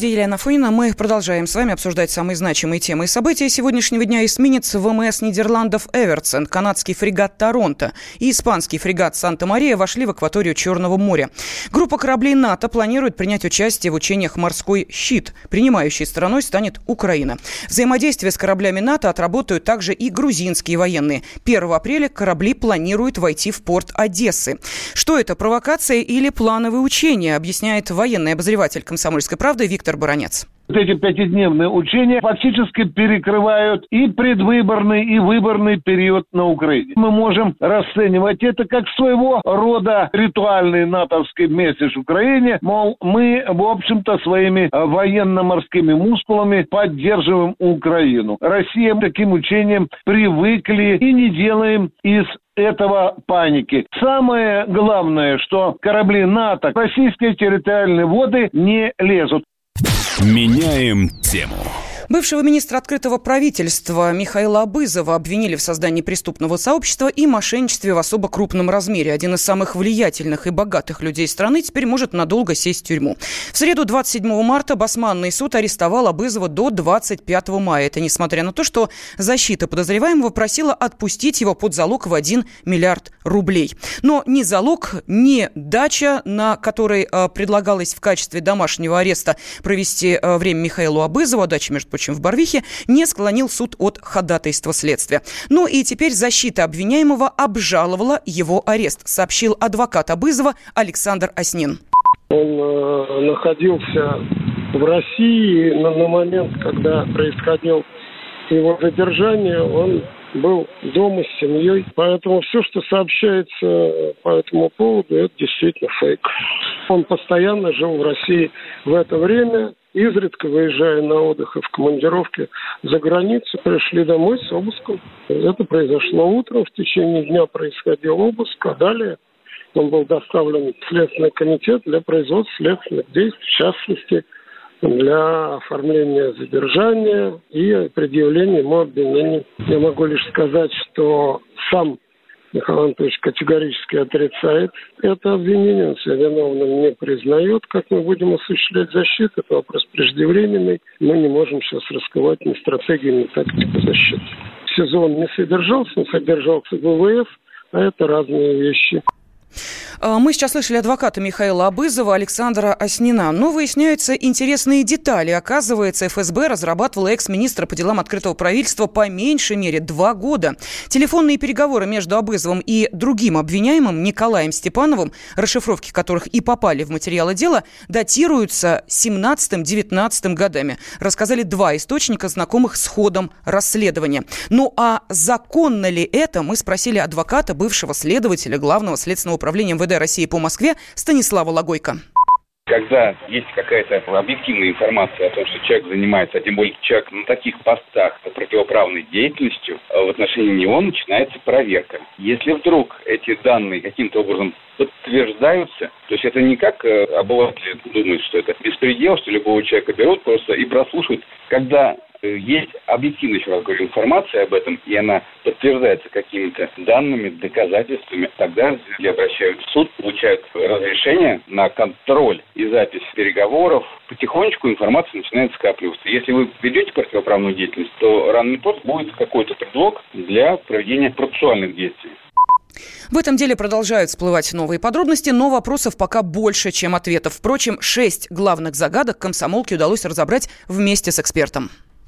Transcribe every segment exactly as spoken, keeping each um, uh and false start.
студии Елена Афонина. Мы продолжаем с вами обсуждать самые значимые темы и события сегодняшнего дня. Эсминец ВМС Нидерландов «Эвертсен», канадский фрегат «Торонто» и испанский фрегат «Санта-Мария» вошли в акваторию Черного моря. Группа кораблей НАТО планирует принять участие в учениях «Морской щит». Принимающей стороной станет Украина. Взаимодействие с кораблями НАТО отработают также и грузинские военные. первого апреля корабли планируют войти в порт Одессы. Что это, провокация или плановые учения, объясняет военный обозреватель «Комсомольской правды» Виктор Баранец. Эти пятидневные учения фактически перекрывают и предвыборный, и выборный период на Украине. Мы можем расценивать это как своего рода ритуальный натовский месседж Украине, мол, мы, в общем-то, своими военно-морскими мускулами поддерживаем Украину. Россия к таким учениям привыкли и не делаем из этого паники. Самое главное, что корабли НАТО в российские территориальные воды не лезут. Меняем тему. Бывшего министра открытого правительства Михаила Абызова обвинили в создании преступного сообщества и мошенничестве в особо крупном размере. Один из самых влиятельных и богатых людей страны теперь может надолго сесть в тюрьму. В среду двадцать седьмого марта Басманный суд арестовал Абызова до двадцать пятого мая. Это несмотря на то, что защита подозреваемого просила отпустить его под залог в один миллиард рублей. Но ни залог, ни дача, на которой э, предлагалось в качестве домашнего ареста провести э, время Михаилу Абызову, а дача, между прочим, в Барвихе, не склонил суд от ходатайства следствия. Ну и теперь защита обвиняемого обжаловала его арест, сообщил адвокат Абызова Александр Оснин. Он э, находился в России на, на момент, когда происходило его задержание, он был дома с семьей. Поэтому все, что сообщается по этому поводу, это действительно фейк. Он постоянно жил в России в это время, изредка выезжая на отдых и в командировке за границу, пришли домой с обыском. Это произошло утром, в течение дня происходил обыск, а далее он был доставлен в Следственный комитет для производства следственных действий, в частности, для оформления задержания и предъявления ему обвинений. Я могу лишь сказать, что сам Михаил Анатольевич категорически отрицает это обвинение, он себя виновным не признает. Как мы будем осуществлять защиту, это вопрос преждевременный. Мы не можем сейчас раскрывать ни стратегию, ни тактику защиты. В СИЗО он не содержался, он содержался в ВВС, а это разные вещи. Мы сейчас слышали адвоката Михаила Абызова Александра Оснина. Но выясняются интересные детали. Оказывается, эф эс бэ разрабатывала экс-министра по делам открытого правительства по меньшей мере два года. Телефонные переговоры между Абызовым и другим обвиняемым Николаем Степановым, расшифровки которых и попали в материалы дела, датируются семнадцатым-девятнадцатым годами. Рассказали два источника, знакомых с ходом расследования. Ну а законно ли это, мы спросили адвоката, бывшего следователя Главного следственного управления эм вэ дэ России по Москве Станислава Логойко. Когда есть какая-то объективная информация о том, что человек занимается, а тем более человек на таких постах противоправной деятельностью, в отношении него начинается проверка. Если вдруг эти данные каким-то образом подтверждаются, то есть это не как э, обыватели думают, что это беспредел, что любого человека берут просто и прослушивают. Когда э, есть объективная, еще раз говорю, информация об этом, и она подтверждается какими-то данными, доказательствами, тогда люди обращаются в суд, получают разрешение на контроль и запись переговоров. Потихонечку информация начинает скапливаться. Если вы ведете противоправную деятельность, то рано или поздно будет какой-то предлог для проведения процессуальных действий. В этом деле продолжают всплывать новые подробности, но вопросов пока больше, чем ответов. Впрочем, шесть главных загадок комсомолке удалось разобрать вместе с экспертом.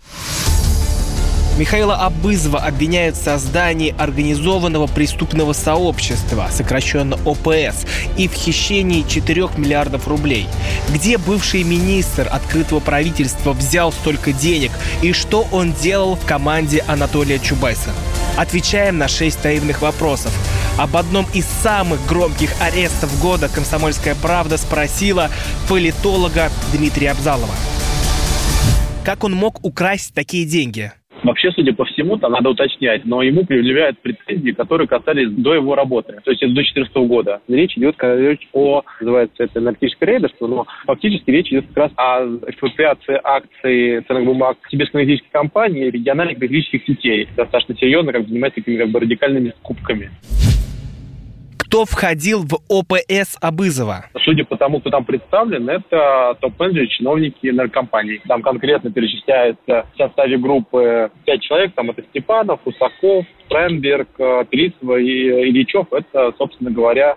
Михаила Абызова обвиняют в создании организованного преступного сообщества, сокращенно о пэ эс, и в хищении четырех миллиардов рублей. Где бывший министр открытого правительства взял столько денег и что он делал в команде Анатолия Чубайса? Отвечаем на шесть наивных вопросов. Об одном из самых громких арестов года «Комсомольская правда» спросила политолога Дмитрия Абзалова. Как он мог украсть такие деньги? Вообще, судя по всему, там надо уточнять, но ему предъявляют претензии, которые касались до его работы, то есть это до две тысячи четырнадцатого года. Речь идет о, называется это наркотическое рейдерство, но фактически речь идет как раз о эксплуатации акций ценных бумаг сибирско-энергетической компании и региональных энергетических сетей. Достаточно серьезно, как занимается такими как бы радикальными скупками. Кто входил в ОПС Абызова? Судя по тому, кто там представлен, это топ-менеджеры, чиновники наркомпаний. Там конкретно перечисляется в составе группы пять человек. Там это Степанов, Усаков, Френберг, Пелицева и Ильичев. Это, собственно говоря,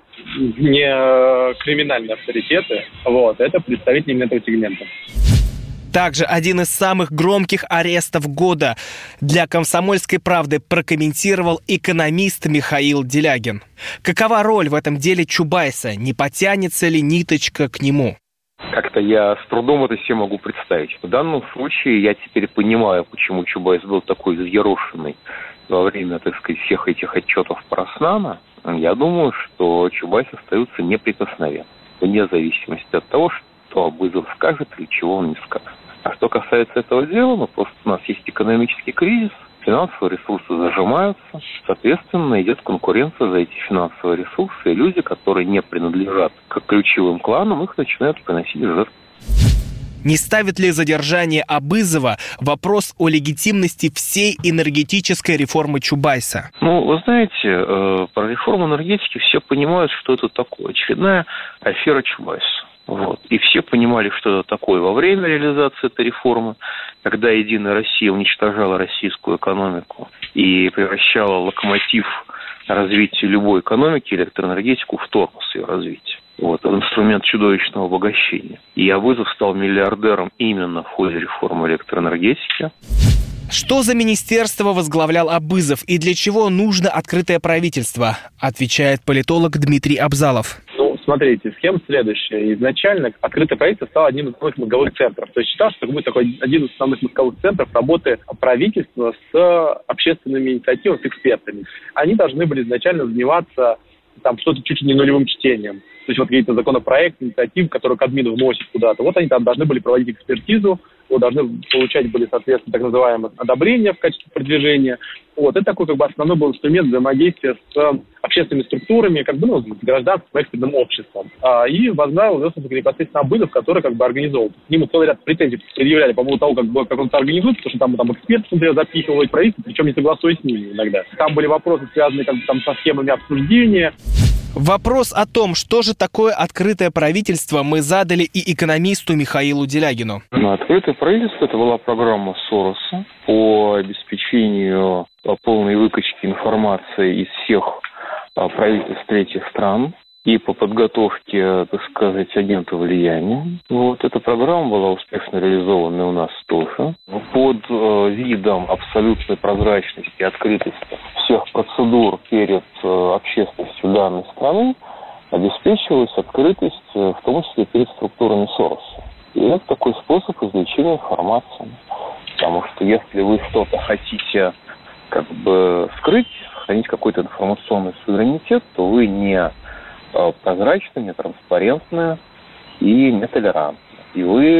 не криминальные авторитеты. Вот. Это представители именно этого сегмента. Также один из самых громких арестов года для «Комсомольской правды» прокомментировал экономист Михаил Делягин. Какова роль в этом деле Чубайса? Не потянется ли ниточка к нему? Как-то я с трудом это себе могу представить. В данном случае я теперь понимаю, почему Чубайс был такой взъерошенный во время, так сказать, всех этих отчетов про Роснана. Я думаю, что Чубайс остается неприкосновенным, вне зависимости от того, что Абызов скажет или чего он не скажет. А что касается этого дела, ну, просто у нас есть экономический кризис, финансовые ресурсы зажимаются, соответственно, идет конкуренция за эти финансовые ресурсы, и люди, которые не принадлежат к ключевым кланам, их начинают приносить в жертву. Не ставит ли задержание Абызова вопрос о легитимности всей энергетической реформы Чубайса? Ну, вы знаете, э, про реформу энергетики все понимают, что это такое. Очередная афера Чубайса. Вот. И все понимали, что это такое во время реализации этой реформы, когда Единая Россия уничтожала российскую экономику и превращала локомотив развития любой экономики, электроэнергетику, в тормоз ее развития. Вот, это инструмент чудовищного обогащения. И Абызов стал миллиардером именно в ходе реформы электроэнергетики. Что за министерство возглавлял Абызов и для чего нужно открытое правительство, отвечает политолог Дмитрий Абзалов. Ну, смотрите, схема следующая. Изначально открытое правительство стало одним из основных мозговых центров. То есть считалось, что это будет такой один из основных мозговых центров работы правительства с общественными инициативами, с экспертами. Они должны были изначально заниматься там что-то чуть ли не нулевым чтением. То есть вот какие-то законопроекты, инициативы, которые Кабмин вносит куда-то. Вот они там должны были проводить экспертизу, вот, должны получать были, соответственно, так называемые одобрения в качестве продвижения. Вот, это такой как бы основной был инструмент взаимодействия с общественными структурами, как бы, ну, с гражданским, с экспертным обществом. А, и возглавил непосредственно Абызов, который как бы организовал. К нему целый ряд претензий предъявляли по поводу того, как, бы, как он это организует, потому что там, там эксперты, например, запихивали правительство, причем не согласуясь с ними иногда. Там были вопросы, связанные как бы, там, со схемами обсуждения. Вопрос о том, что же такое открытое правительство, мы задали и экономисту Михаилу Делягину. Ну, открытое правительство – это была программа Сороса по обеспечению полной выкачки информации из всех правительств третьих стран и по подготовке, так сказать, агентов влияния. Вот эта программа была успешно реализована у нас тоже. Под э, видом абсолютной прозрачности и открытости всех процедур перед э, общественностью данной страны обеспечивалась открытость, э, в том числе перед структурами Сороса. И это такой способ извлечения информации. Потому что если вы что-то хотите как бы скрыть, сохранить какой-то информационный суверенитет, то вы не прозрачны, нетранспарентны и нетолерантны. И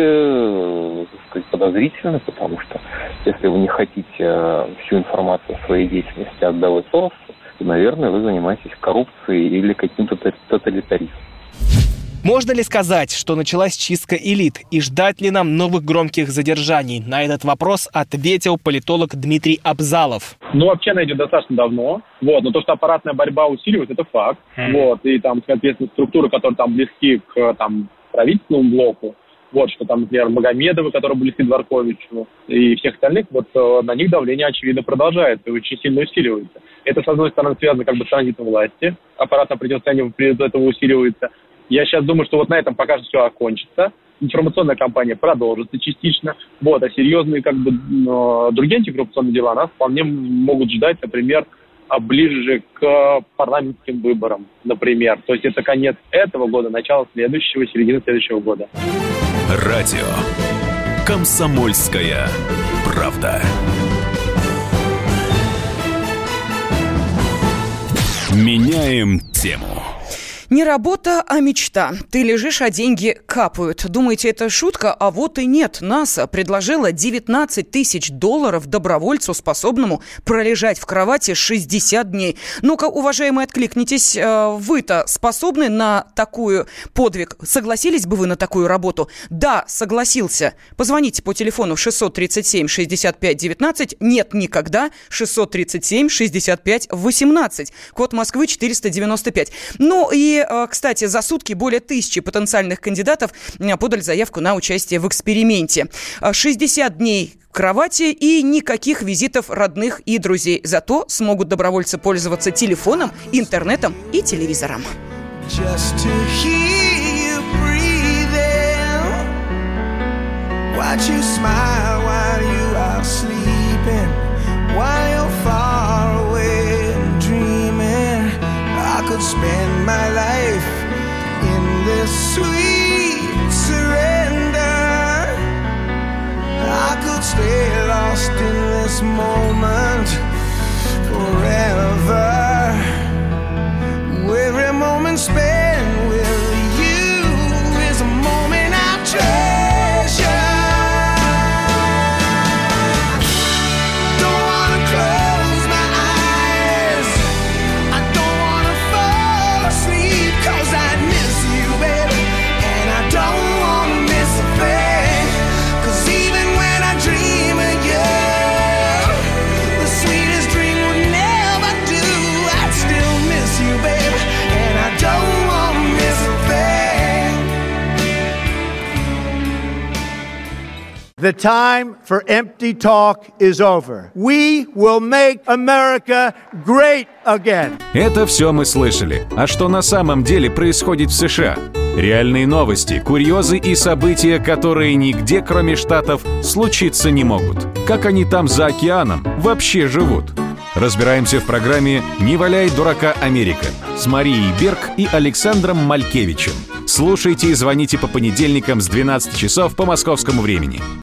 вы, так сказать, подозрительны, потому что если вы не хотите всю информацию о своей деятельности отдавать Соросу, то, наверное, вы занимаетесь коррупцией или каким-то тоталитаризмом. Можно ли сказать, что началась чистка элит и ждать ли нам новых громких задержаний? На этот вопрос ответил политолог Дмитрий Абзалов. Ну, вообще она идет достаточно давно. Вот, но то, что аппаратная борьба усиливается, это факт. Mm-hmm. Вот, и там, соответственно, структуры, которые там близки к там, правительственному блоку, вот, что там, например, Магомедовы, которые близки к Дворковичу, и всех остальных, вот на них давление, очевидно, продолжается и очень сильно усиливается. Это, с одной стороны, связано как бы с транзитом власти. Аппаратное противостояние при этого усиливается. Я сейчас думаю, что вот на этом пока что все окончится. Информационная кампания продолжится частично. Вот, а серьезные как бы другие антикоррупционные дела нас вполне могут ждать, например, ближе к парламентским выборам, например. То есть это конец этого года, начало следующего, середина следующего года. Радио «Комсомольская правда». Меняем тему. Не работа, а мечта. Ты лежишь, а деньги капают. Думаете, это шутка? А вот и нет. НАСА предложила девятнадцать тысяч долларов добровольцу, способному пролежать в кровати шестьдесят дней. Ну-ка, уважаемые, откликнитесь. Вы-то способны на такую подвиг? Согласились бы вы на такую работу? Да, согласился. Позвоните по телефону шестьсот тридцать семь шестьдесят пять девятнадцать. Нет, никогда. шестьсот тридцать семь шестьдесят пять восемнадцать. Код Москвы четыреста девяносто пять. Ну и, кстати, за сутки более тысячи потенциальных кандидатов подали заявку на участие в эксперименте. шестьдесят дней в кровати и никаких визитов родных и друзей. Зато смогут добровольцы пользоваться телефоном, интернетом и телевизором. Watch you smile while you are sleeping, while you're far away and dreaming. I could spend my life in this sweet surrender. I could stay lost in this moment forever. Every moment spent with you is a moment I treasure. The time for empty talk is over. We will make America great again. Это все мы слышали. А что на самом деле происходит в США? Реальные новости, курьезы и события, которые нигде, кроме Штатов, случиться не могут. Как они там за океаном вообще живут? Разбираемся в программе «Не валяй дурака, Америка» с Марией Берг и Александром Малькевичем. Слушайте и звоните по понедельникам с двенадцати часов по московскому времени.